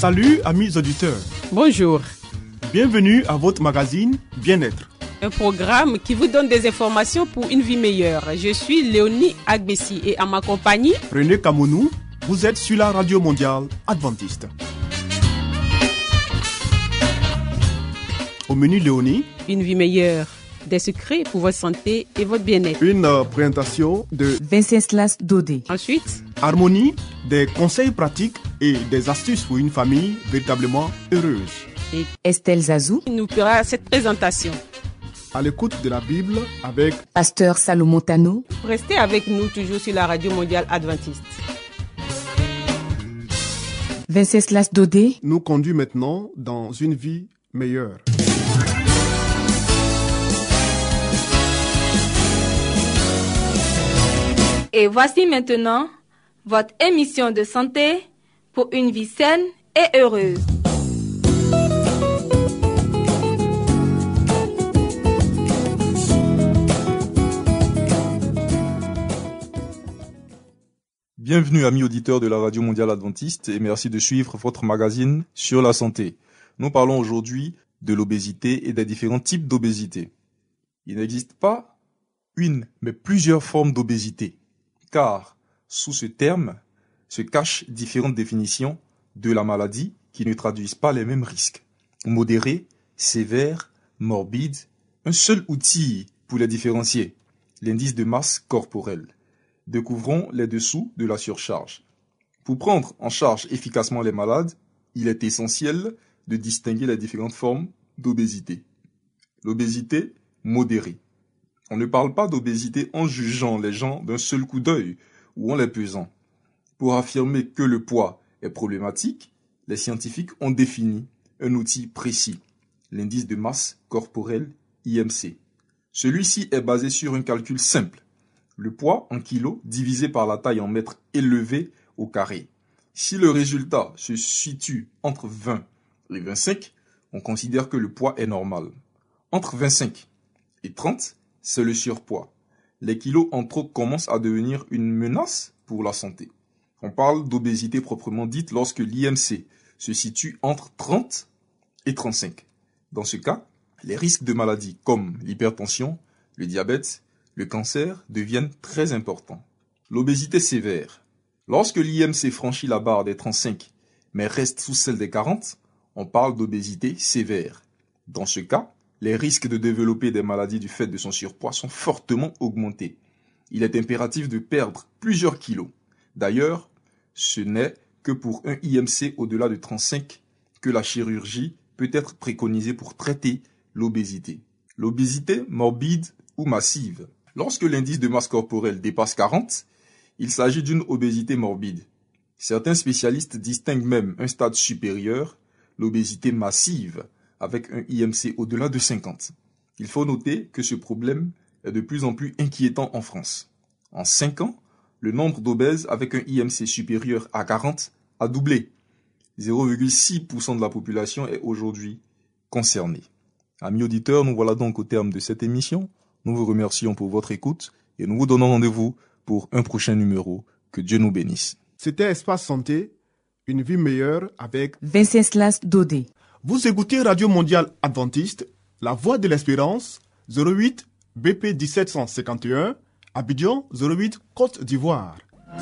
Salut amis auditeurs. Bonjour. Bienvenue à votre magazine Bien-être. Un programme qui vous donne des informations pour une vie meilleure. Je suis Léonie Agbessi et à ma compagnie, René Kamounou, vous êtes sur la radio mondiale adventiste. Au menu Léonie, une vie meilleure, des secrets pour votre santé et votre bien-être. Une présentation de Venceslas Dodé. Ensuite, Harmonie, des conseils pratiques et des astuces pour une famille véritablement heureuse. et Estelle Zazou. il nous fera cette présentation. À l'écoute de la Bible avec Pasteur Salomon Tano. Restez avec nous toujours sur la radio mondiale adventiste. Venceslas Dodé. nous conduit maintenant dans une vie meilleure. Et voici maintenant votre émission de santé pour une vie saine et heureuse. Bienvenue amis auditeurs de la Radio Mondiale Adventiste et merci de suivre votre magazine sur la santé. Nous parlons aujourd'hui de l'obésité et des différents types d'obésité. Il n'existe pas une, mais plusieurs formes d'obésité, car sous ce terme se cachent différentes définitions de la maladie qui ne traduisent pas les mêmes risques. Modéré, sévère, morbide, un seul outil pour les différencier, l'indice de masse corporelle. Découvrons les dessous de la surcharge. Pour prendre en charge efficacement les malades, il est essentiel de distinguer les différentes formes d'obésité. L'obésité modérée. On ne parle pas d'obésité en jugeant les gens d'un seul coup d'œil ou en les pesant. Pour affirmer que le poids est problématique, les scientifiques ont défini un outil précis, l'indice de masse corporelle IMC. Celui-ci est basé sur un calcul simple. Le poids en kilos divisé par la taille en mètres élevés au carré. Si le résultat se situe entre 20 et 25, on considère que le poids est normal. Entre 25 et 30, c'est le surpoids. Les kilos en trop commencent à devenir une menace pour la santé. On parle d'obésité proprement dite lorsque l'IMC se situe entre 30 et 35. Dans ce cas, les risques de maladies comme l'hypertension, le diabète, le cancer deviennent très importants. L'obésité sévère. Lorsque l'IMC franchit la barre des 35, mais reste sous celle des 40, on parle d'obésité sévère. Dans ce cas, les risques de développer des maladies du fait de son surpoids sont fortement augmentés. Il est impératif de perdre plusieurs kilos. D'ailleurs, ce n'est que pour un IMC au-delà de 35 que la chirurgie peut être préconisée pour traiter l'obésité. L'obésité morbide ou massive. Lorsque l'indice de masse corporelle dépasse 40, il s'agit d'une obésité morbide. Certains spécialistes distinguent même un stade supérieur, l'obésité massive, avec un IMC au-delà de 50. Il faut noter que ce problème est de plus en plus inquiétant en France. En 5 ans, le nombre d'obèses avec un IMC supérieur à 40 a doublé. 0,6% de la population est aujourd'hui concernée. Amis auditeurs, nous voilà donc au terme de cette émission. Nous vous remercions pour votre écoute et nous vous donnons rendez-vous pour un prochain numéro. Que Dieu nous bénisse. C'était Espace Santé, une vie meilleure avec Venceslas Dodé. Vous écoutez Radio Mondiale Adventiste, La Voix de l'Espérance, 08 BP 1751, Abidjan 08 Côte d'Ivoire.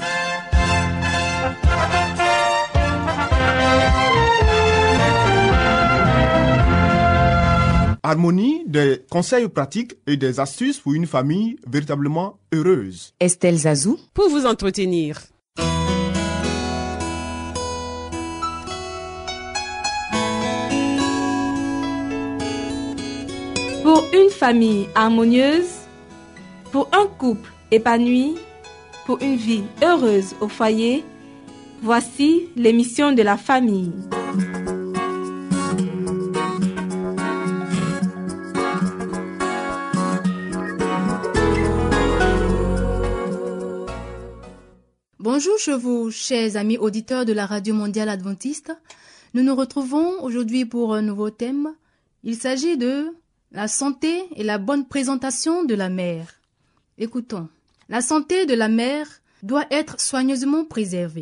Harmonie, des conseils pratiques et des astuces pour une famille véritablement heureuse. Estelle Zazou. Pour vous entretenir. Pour une famille harmonieuse, pour un couple épanoui, pour une vie heureuse au foyer, voici l'émission de la famille. Bonjour chez vous, chers amis auditeurs de la Radio Mondiale Adventiste. Nous nous retrouvons aujourd'hui pour un nouveau thème. Il s'agit de la santé et la bonne présentation de la mère. Écoutons. La santé de la mère doit être soigneusement préservée.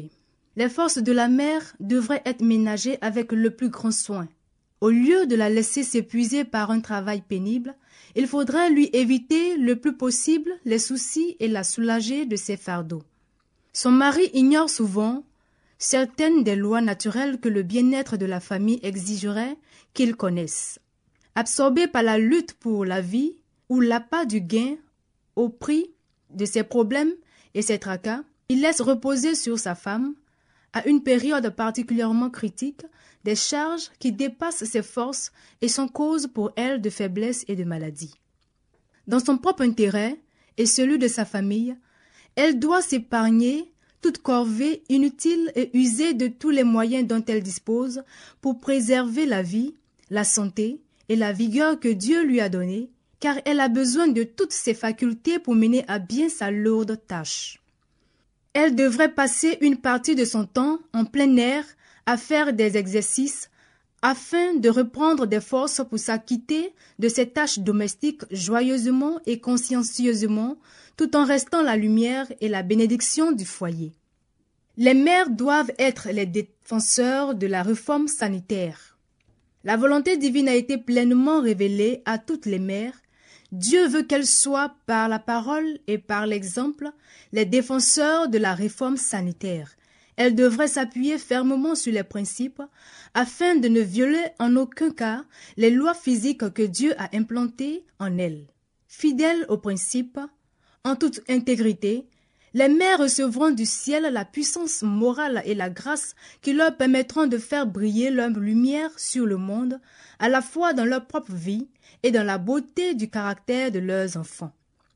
Les forces de la mère devraient être ménagées avec le plus grand soin. Au lieu de la laisser s'épuiser par un travail pénible, il faudrait lui éviter le plus possible les soucis et la soulager de ses fardeaux. Son mari ignore souvent certaines des lois naturelles que le bien-être de la famille exigerait qu'il connaisse. Absorbé par la lutte pour la vie ou l'appât du gain au prix de ses problèmes et ses tracas, il laisse reposer sur sa femme, à une période particulièrement critique, des charges qui dépassent ses forces et sont cause pour elle de faiblesse et de maladie. Dans son propre intérêt et celui de sa famille, elle doit s'épargner toute corvée inutile et user de tous les moyens dont elle dispose pour préserver la vie, la santé et la vigueur que Dieu lui a donnée, car elle a besoin de toutes ses facultés pour mener à bien sa lourde tâche. Elle devrait passer une partie de son temps en plein air à faire des exercices afin de reprendre des forces pour s'acquitter de ses tâches domestiques joyeusement et consciencieusement, tout en restant la lumière et la bénédiction du foyer. Les mères doivent être les défenseurs de la réforme sanitaire. La volonté divine a été pleinement révélée à toutes les mères. Dieu veut qu'elles soient, par la parole et par l'exemple, les défenseurs de la réforme sanitaire. Elles devraient s'appuyer fermement sur les principes afin de ne violer en aucun cas les lois physiques que Dieu a implantées en elles. Fidèles aux principes, en toute intégrité, les mères recevront du ciel la puissance morale et la grâce qui leur permettront de faire briller leur lumière sur le monde, à la fois dans leur propre vie et dans la beauté du caractère de leurs enfants.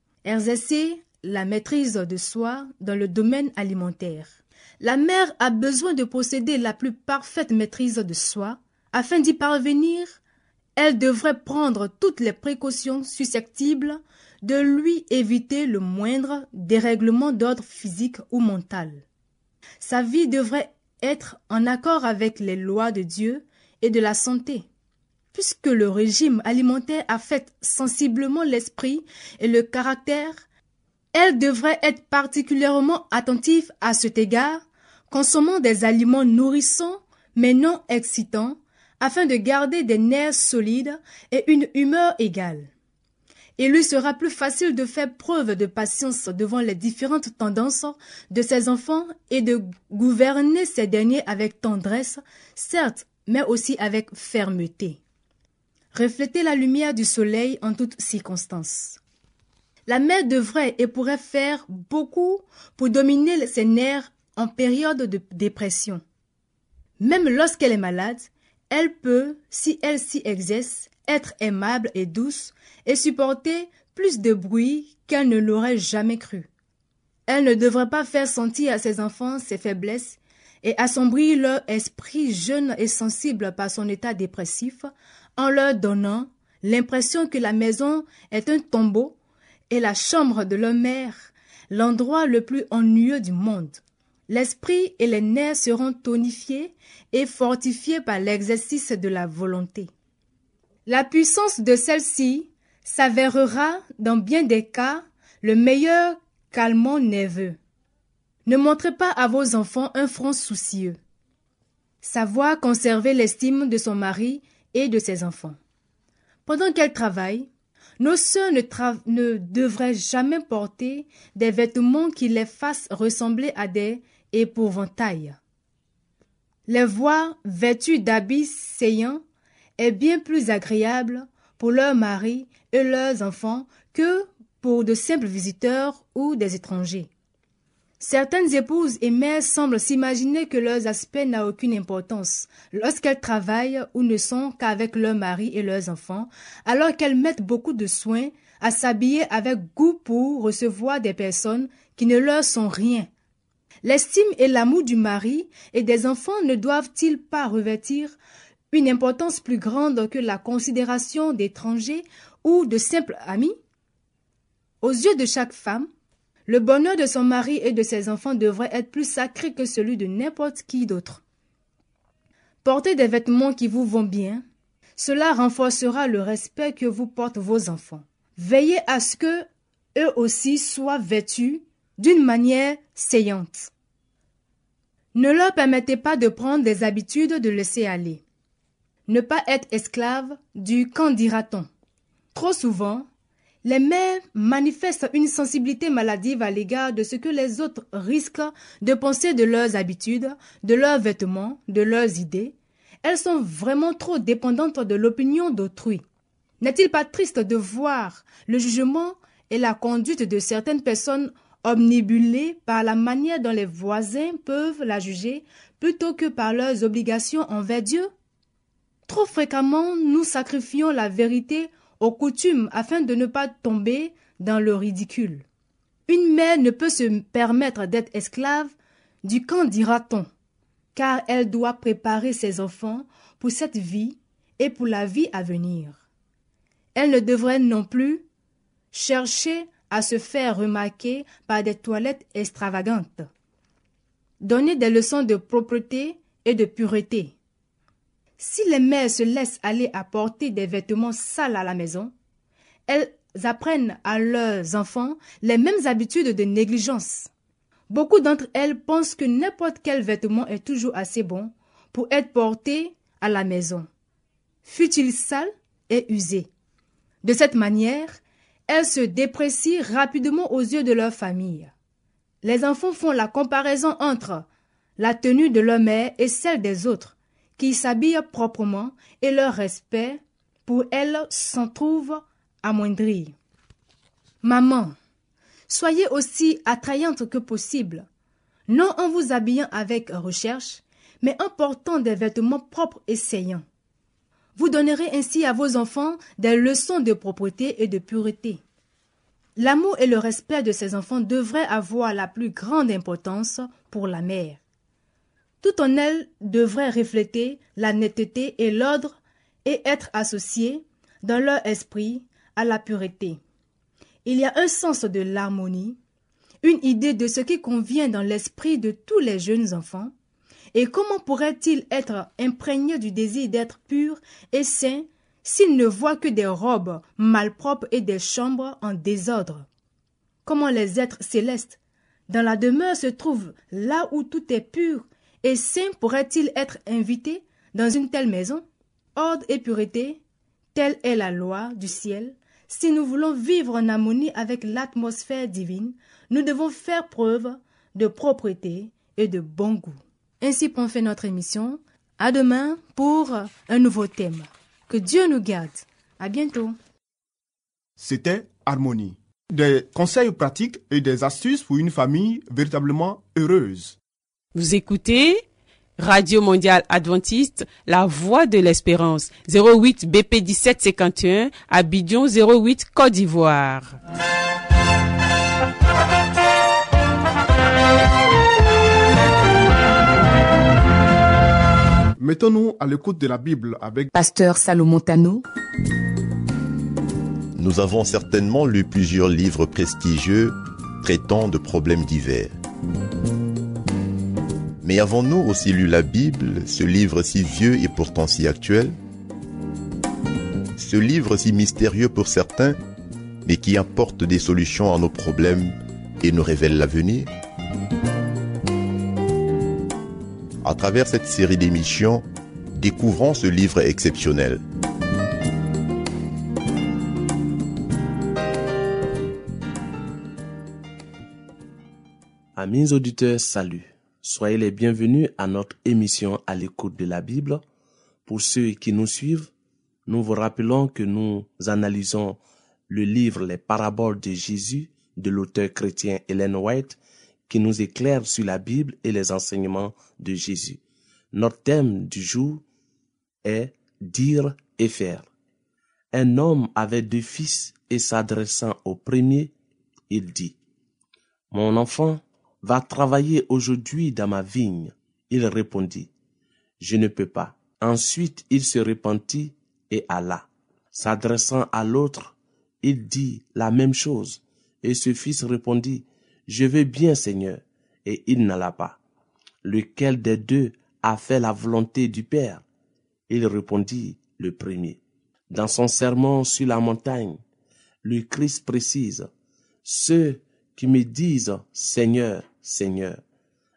Exercer la maîtrise de soi dans le domaine alimentaire. La mère a besoin de posséder la plus parfaite maîtrise de soi. Afin d'y parvenir, elle devrait prendre toutes les précautions susceptibles de lui éviter le moindre dérèglement d'ordre physique ou mental. Sa vie devrait être en accord avec les lois de Dieu et de la santé. Puisque le régime alimentaire affecte sensiblement l'esprit et le caractère, elle devrait être particulièrement attentive à cet égard, consommant des aliments nourrissants mais non excitants, afin de garder des nerfs solides et une humeur égale. Il lui sera plus facile de faire preuve de patience devant les différentes tendances de ses enfants et de gouverner ces derniers avec tendresse, certes, mais aussi avec fermeté. Refléter la lumière du soleil en toutes circonstances. La mère devrait et pourrait faire beaucoup pour dominer ses nerfs en période de dépression. Même lorsqu'elle est malade, elle peut, si elle s'y exerce, être aimable et douce et supporter plus de bruit qu'elle ne l'aurait jamais cru. Elle ne devrait pas faire sentir à ses enfants ses faiblesses et assombrir leur esprit jeune et sensible par son état dépressif en leur donnant l'impression que la maison est un tombeau et la chambre de leur mère l'endroit le plus ennuyeux du monde. L'esprit et les nerfs seront tonifiés et fortifiés par l'exercice de la volonté. La puissance de celle-ci s'avérera dans bien des cas le meilleur calmant nerveux. Ne montrez pas à vos enfants un front soucieux. Savoir conserver l'estime de son mari et de ses enfants. Pendant qu'elle travaille, nos sœurs ne devraient jamais porter des vêtements qui les fassent ressembler à des épouvantails. Les voir vêtues d'habits saillants est bien plus agréable pour leurs maris et leurs enfants que pour de simples visiteurs ou des étrangers. Certaines épouses et mères semblent s'imaginer que leur aspect n'a aucune importance lorsqu'elles travaillent ou ne sont qu'avec leurs maris et leurs enfants, alors qu'elles mettent beaucoup de soin à s'habiller avec goût pour recevoir des personnes qui ne leur sont rien. L'estime et l'amour du mari et des enfants ne doivent-ils pas revêtir une importance plus grande que la considération d'étrangers ou de simples amis? Aux yeux de chaque femme, le bonheur de son mari et de ses enfants devrait être plus sacré que celui de n'importe qui d'autre. Portez des vêtements qui vous vont bien. Cela renforcera le respect que vous portent vos enfants. Veillez à ce que eux aussi soient vêtus d'une manière saillante. Ne leur permettez pas de prendre des habitudes de laisser aller. Ne pas être esclave du qu'en dira-t-on. Trop souvent, les mères manifestent une sensibilité maladive à l'égard de ce que les autres risquent de penser de leurs habitudes, de leurs vêtements, de leurs idées. Elles sont vraiment trop dépendantes de l'opinion d'autrui. N'est-il pas triste de voir le jugement et la conduite de certaines personnes omnibulées par la manière dont les voisins peuvent la juger plutôt que par leurs obligations envers Dieu? Trop fréquemment, nous sacrifions la vérité aux coutumes afin de ne pas tomber dans le ridicule. Une mère ne peut se permettre d'être esclave du qu'en dira-t-on, car elle doit préparer ses enfants pour cette vie et pour la vie à venir. Elle ne devrait non plus chercher à se faire remarquer par des toilettes extravagantes. Donner des leçons de propreté et de pureté. Si les mères se laissent aller à porter des vêtements sales à la maison, elles apprennent à leurs enfants les mêmes habitudes de négligence. Beaucoup d'entre elles pensent que n'importe quel vêtement est toujours assez bon pour être porté à la maison, fût-il sale et usé. De cette manière, elles se déprécient rapidement aux yeux de leur famille. Les enfants font la comparaison entre la tenue de leur mère et celle des autres, qui s'habillent proprement, et leur respect pour elles s'en trouve amoindri. Maman, soyez aussi attrayante que possible, non en vous habillant avec recherche, mais en portant des vêtements propres et saillants. Vous donnerez ainsi à vos enfants des leçons de propreté et de pureté. L'amour et le respect de ces enfants devraient avoir la plus grande importance pour la mère. Tout en elle devrait refléter la netteté et l'ordre et être associé, dans leur esprit, à la pureté. Il y a un sens de l'harmonie, une idée de ce qui convient dans l'esprit de tous les jeunes enfants, et comment pourraient-ils être imprégnés du désir d'être purs et saints s'ils ne voient que des robes malpropres et des chambres en désordre? Comment les êtres célestes, dans la demeure se trouvent là où tout est pur et saint, pourraient-ils être invités dans une telle maison? Ordre et pureté, telle est la loi du ciel. Si nous voulons vivre en harmonie avec l'atmosphère divine, nous devons faire preuve de propreté et de bon goût. Ainsi prend fin notre émission. À demain pour un nouveau thème. Que Dieu nous garde. À bientôt. C'était Harmonie. Des conseils pratiques et des astuces pour une famille véritablement heureuse. Vous écoutez Radio Mondiale Adventiste, la voix de l'espérance, 08 BP 1751, Abidjan 08, Côte d'Ivoire. Mettons-nous à l'écoute de la Bible avec Pasteur Salomon Tano. Nous avons certainement lu plusieurs livres prestigieux traitant de problèmes divers. Mais avons-nous aussi lu la Bible, ce livre si vieux et pourtant si actuel? Ce livre si mystérieux pour certains, mais qui apporte des solutions à nos problèmes et nous révèle l'avenir? À travers cette série d'émissions, découvrons ce livre exceptionnel. Amis auditeurs, salut. Soyez les bienvenus à notre émission à l'écoute de la Bible. Pour ceux qui nous suivent, nous vous rappelons que nous analysons le livre Les Paraboles de Jésus de l'auteur chrétien Ellen White qui nous éclaire sur la Bible et les enseignements de Jésus. Notre thème du jour est dire et faire. Un homme avait 2 fils et s'adressant au premier, il dit: « Mon enfant, va travailler aujourd'hui dans ma vigne. » Il répondit: « Je ne peux pas. » Ensuite, il se repentit et alla. S'adressant à l'autre, il dit la même chose. Et ce fils répondit: « Je veux bien, Seigneur. » Et il n'alla pas. Lequel des deux a fait la volonté du Père? Il répondit: le premier. Dans son sermon sur la montagne, le Christ précise: « Ceux qui me disent Seigneur, Seigneur,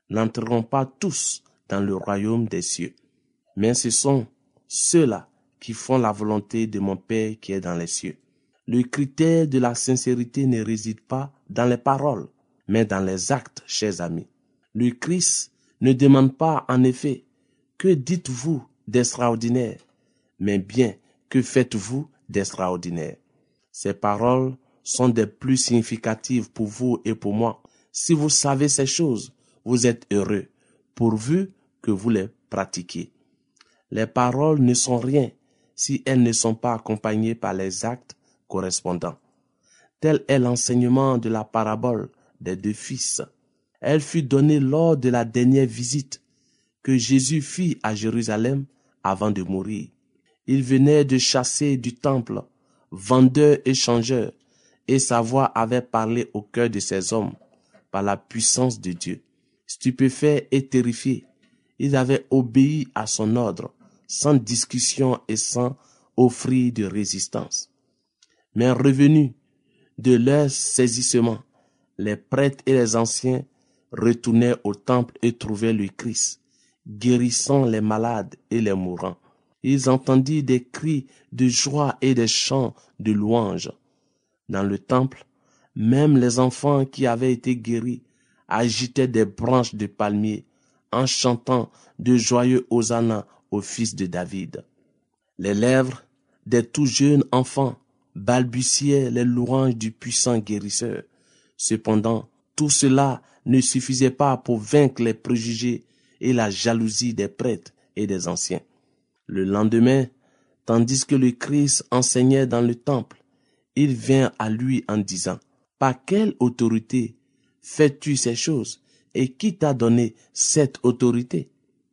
n'entreront pas tous dans le royaume des cieux, mais ce sont ceux-là qui font la volonté de mon Père qui est dans les cieux. Le critère de la sincérité ne réside pas dans les paroles, mais dans les actes, chers amis. Le Christ ne demande pas, en effet, que dites-vous d'extraordinaire, mais bien que faites-vous d'extraordinaire. Ces paroles sont des plus significatives pour vous et pour moi. Si vous savez ces choses, vous êtes heureux, pourvu que vous les pratiquiez. Les paroles ne sont rien si elles ne sont pas accompagnées par les actes correspondants. Tel est l'enseignement de la parabole des 2 fils. Elle fut donnée lors de la dernière visite que Jésus fit à Jérusalem avant de mourir. Il venait de chasser du temple vendeurs et changeurs, et sa voix avait parlé au cœur de ces hommes par la puissance de Dieu. Stupéfaits et terrifiés, ils avaient obéi à son ordre, sans discussion et sans offrir de résistance. Mais revenus de leur saisissement, les prêtres et les anciens retournaient au temple et trouvaient le Christ, guérissant les malades et les mourants. Ils entendirent des cris de joie et des chants de louange. Dans le temple, même les enfants qui avaient été guéris agitaient des branches de palmier en chantant de joyeux hosanna au fils de David. Les lèvres des tout jeunes enfants balbutiaient les louanges du puissant guérisseur. Cependant, tout cela ne suffisait pas pour vaincre les préjugés et la jalousie des prêtres et des anciens. Le lendemain, tandis que le Christ enseignait dans le temple, il vint à lui en disant, « Par quelle autorité fais-tu ces choses, et qui t'a donné cette autorité ?»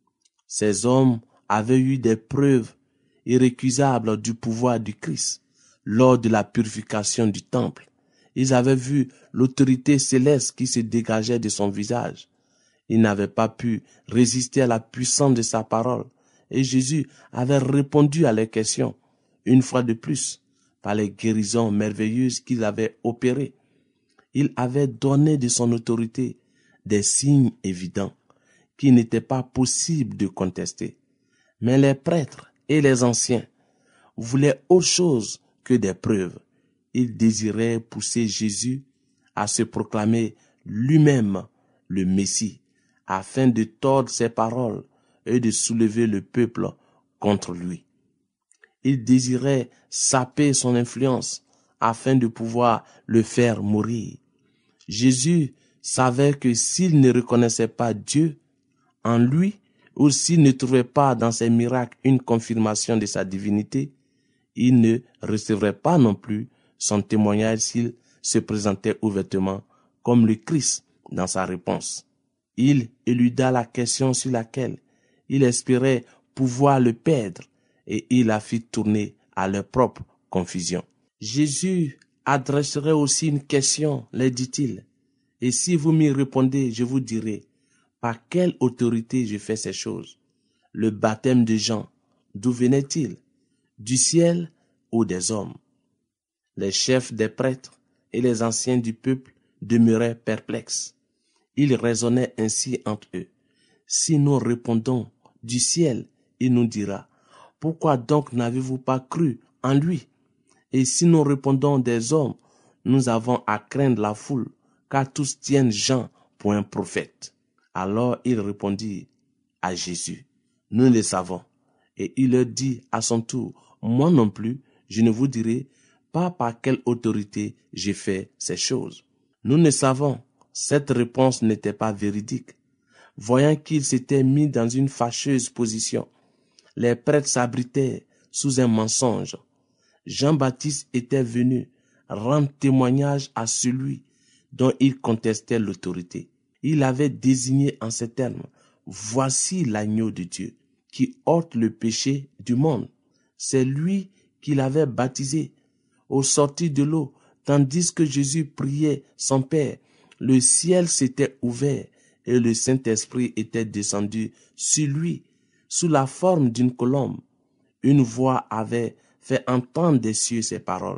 Ces hommes avaient eu des preuves irrécusables du pouvoir du Christ lors de la purification du temple. Ils avaient vu l'autorité céleste qui se dégageait de son visage. Ils n'avaient pas pu résister à la puissance de sa parole, et Jésus avait répondu à leurs questions, une fois de plus, par les guérisons merveilleuses qu'il avait opérées. Il avait donné de son autorité des signes évidents qu'il n'était pas possible de contester. Mais les prêtres et les anciens voulaient autre chose que des preuves. Ils désiraient pousser Jésus à se proclamer lui-même le Messie, afin de tordre ses paroles et de soulever le peuple contre lui. Ils désiraient saper son influence afin de pouvoir le faire mourir. Jésus savait que s'il ne reconnaissait pas Dieu en lui, ou s'il ne trouvait pas dans ses miracles une confirmation de sa divinité, il ne recevrait pas non plus son témoignage s'il se présentait ouvertement comme le Christ dans sa réponse. Il éluda la question sur laquelle il espérait pouvoir le perdre, et il la fit tourner à leur propre confusion. Jésus adresserait aussi une question, leur dit-il, et si vous m'y répondez, je vous dirai, par quelle autorité je fais ces choses? Le baptême de Jean, d'où venait-il? Du ciel ou des hommes? Les chefs des prêtres et les anciens du peuple demeuraient perplexes. Ils raisonnaient ainsi entre eux. Si nous répondons du ciel, il nous dira, pourquoi donc n'avez-vous pas cru en lui? Et si nous répondons des hommes, nous avons à craindre la foule, car tous tiennent Jean pour un prophète. Alors il répondit à Jésus, nous le savons. Et il leur dit à son tour, moi non plus, je ne vous dirai pas par quelle autorité j'ai fait ces choses. Nous ne savons. Cette réponse n'était pas véridique. Voyant qu'il s'était mis dans une fâcheuse position, les prêtres s'abritaient sous un mensonge. Jean-Baptiste était venu rendre témoignage à celui dont il contestait l'autorité. Il avait désigné en ces termes, « Voici l'agneau de Dieu qui ôte le péché du monde. » C'est lui qui l'avait baptisé au sortir de l'eau, tandis que Jésus priait son Père. Le ciel s'était ouvert et le Saint-Esprit était descendu sur lui sous la forme d'une colombe. Une voix avait fait entendre des cieux ces paroles.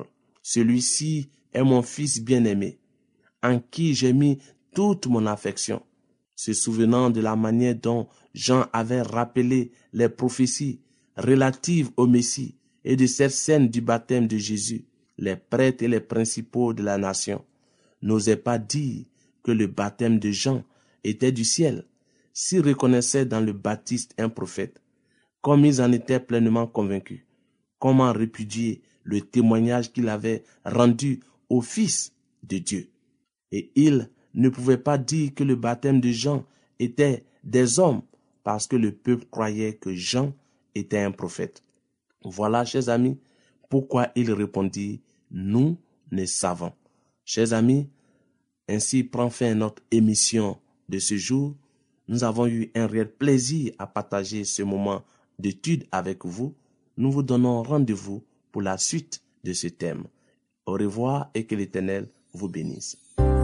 Celui-ci est mon fils bien-aimé, en qui j'ai mis toute mon affection. Se souvenant de la manière dont Jean avait rappelé les prophéties relatives au Messie et de cette scène du baptême de Jésus, les prêtres et les principaux de la nation n'osaient pas dire que le baptême de Jean était du ciel, s'ils reconnaissaient dans le Baptiste un prophète. Comme ils en étaient pleinement convaincus, comment répudier le témoignage qu'il avait rendu au Fils de Dieu? Et ils ne pouvaient pas dire que le baptême de Jean était des hommes, parce que le peuple croyait que Jean était un prophète. Voilà, chers amis, pourquoi il répondit « Nous ne savons ». Chers amis, ainsi prend fin notre émission de ce jour. Nous avons eu un réel plaisir à partager ce moment d'étude avec vous. Nous vous donnons rendez-vous pour la suite de ce thème. Au revoir et que l'Éternel vous bénisse.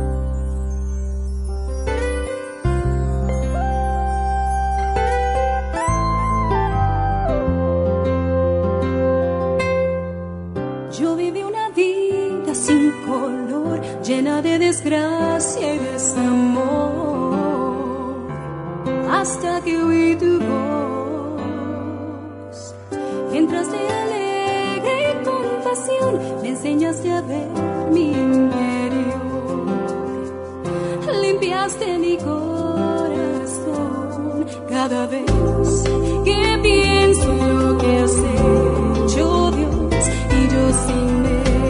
Yo viví una vida sin color, llena de desgracia y desamor, hasta que oí tu voz. Entraste alegre y con pasión, me enseñaste a ver mi interior. Limpiaste mi corazón cada vez que pienso lo que has hecho, Dios, y yo sin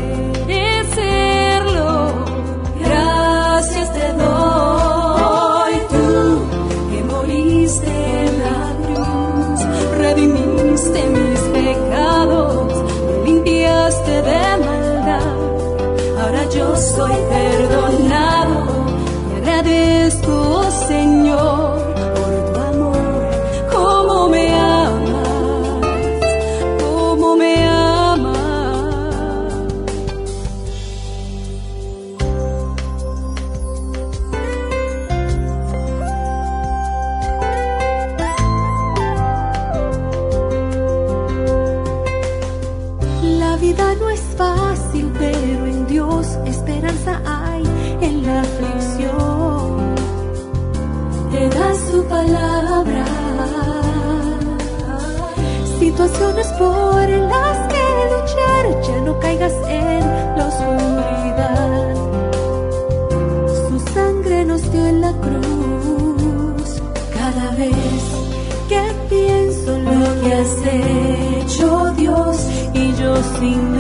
merecerlo, gracias te doy. Tú que moriste en la cruz, redimiste mis pecados, me limpiaste de maldad. Ahora yo soy perdonado, te agradezco, Señor, por tu amor. Cómo me amas, cómo me amas. La vida no es fácil, pero en Dios esperanza hay en la aflicción. Te da su palabra, situaciones por las que luchar, ya no caigas en la oscuridad. Su sangre nos dio en la cruz. Cada vez que pienso lo que has hecho, Dios, y yo sin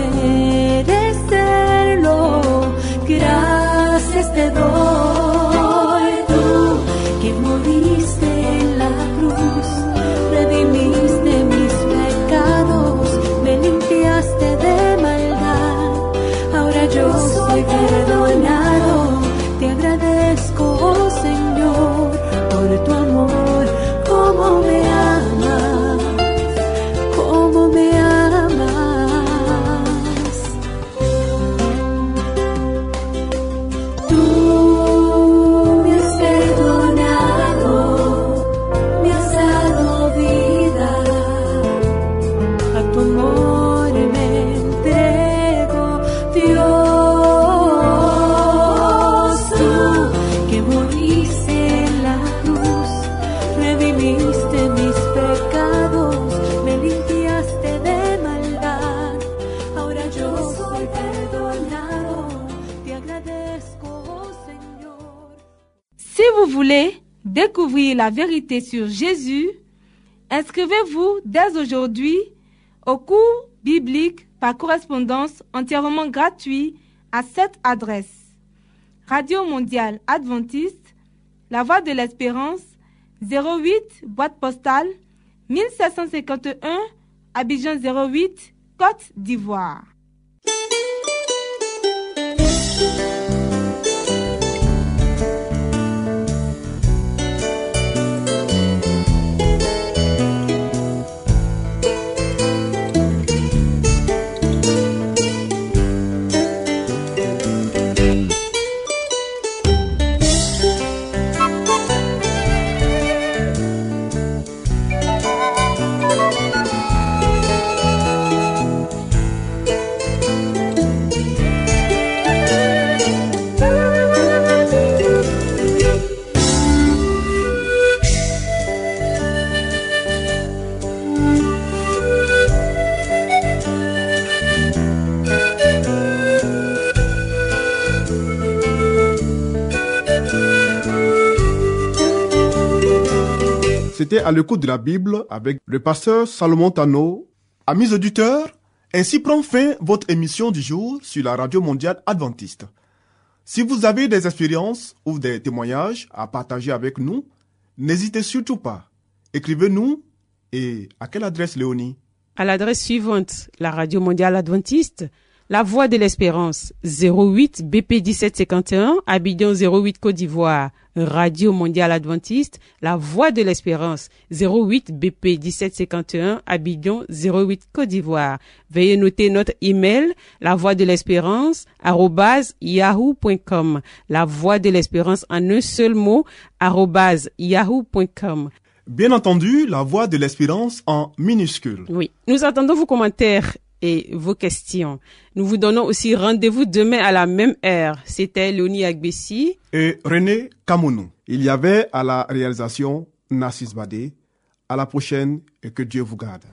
merecerlo, gracias te doy. Tú que moriste en la cruz, redimiste mis pecados, me limpiaste de maldad. Ahora yo soy perdonado, te agradezco, Señor, por tu amor. Cómo me amas, cómo me amas. Tú me has perdonado, me has dado vida. A tu amor me entrego, Dios. Tú que moriste en la cruz, redimiste mis pecados, me limpiaste de maldad. Ahora yo soy perdonado, te agradezco, Señor. Si vous voulez découvrir la vérité sur Jésus, inscrivez-vous dès aujourd'hui au cours biblique par correspondance entièrement gratuit à cette adresse: Radio Mondiale Adventiste, La Voix de l'Espérance, 08 boîte postale 1751, Abidjan 08, Côte d'Ivoire. étaient à l'écoute de la Bible avec le pasteur Salomon Tano. Amis auditeurs, ainsi prend fin votre émission du jour sur la Radio Mondiale Adventiste. Si vous avez des expériences ou des témoignages à partager avec nous, n'hésitez surtout pas. Écrivez-nous. Et à quelle adresse, Léonie? À l'adresse suivante, la Radio Mondiale Adventiste, La Voix de l'Espérance, 08 BP 1751, Abidjan 08 Côte d'Ivoire. Radio Mondiale Adventiste, La Voix de l'Espérance, 08 BP 1751, Abidjan 08 Côte d'Ivoire. Veuillez noter notre email, lavoixdelespérance@yahoo.com. La Voix de l'Espérance en un seul mot, @yahoo.com. Bien entendu, La Voix de l'Espérance en minuscule. Oui, nous attendons vos commentaires et vos questions. Nous vous donnons aussi rendez-vous demain à la même heure. C'était Léonie Agbessi et René Kamounou. Il y avait à la réalisation Narcisse Badé. À la prochaine et que Dieu vous garde.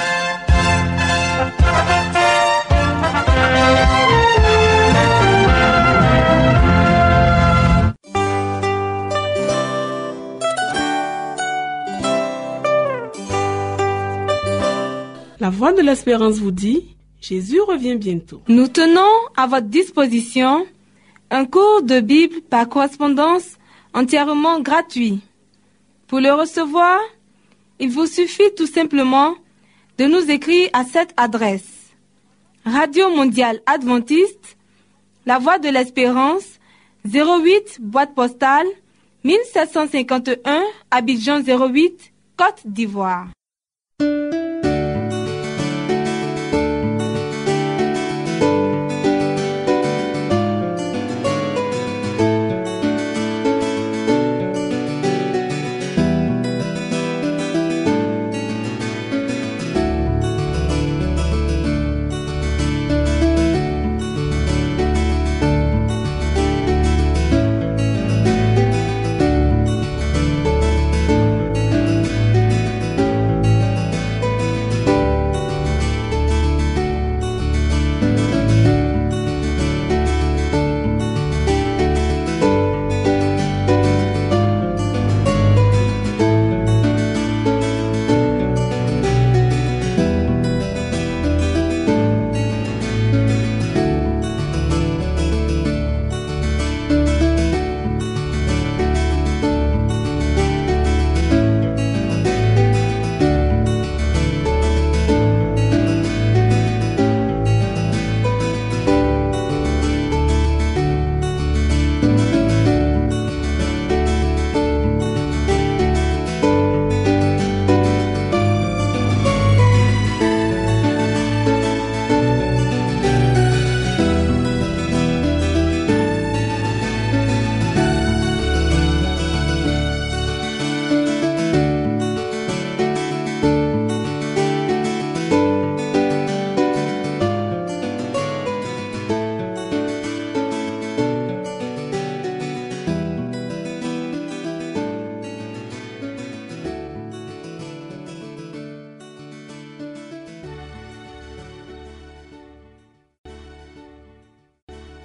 La Voix de l'Espérance vous dit, Jésus revient bientôt. Nous tenons à votre disposition un cours de Bible par correspondance entièrement gratuit. Pour le recevoir, il vous suffit tout simplement de nous écrire à cette adresse. Radio Mondiale Adventiste, La Voix de l'Espérance, 08 boîte postale 1751, Abidjan 08, Côte d'Ivoire.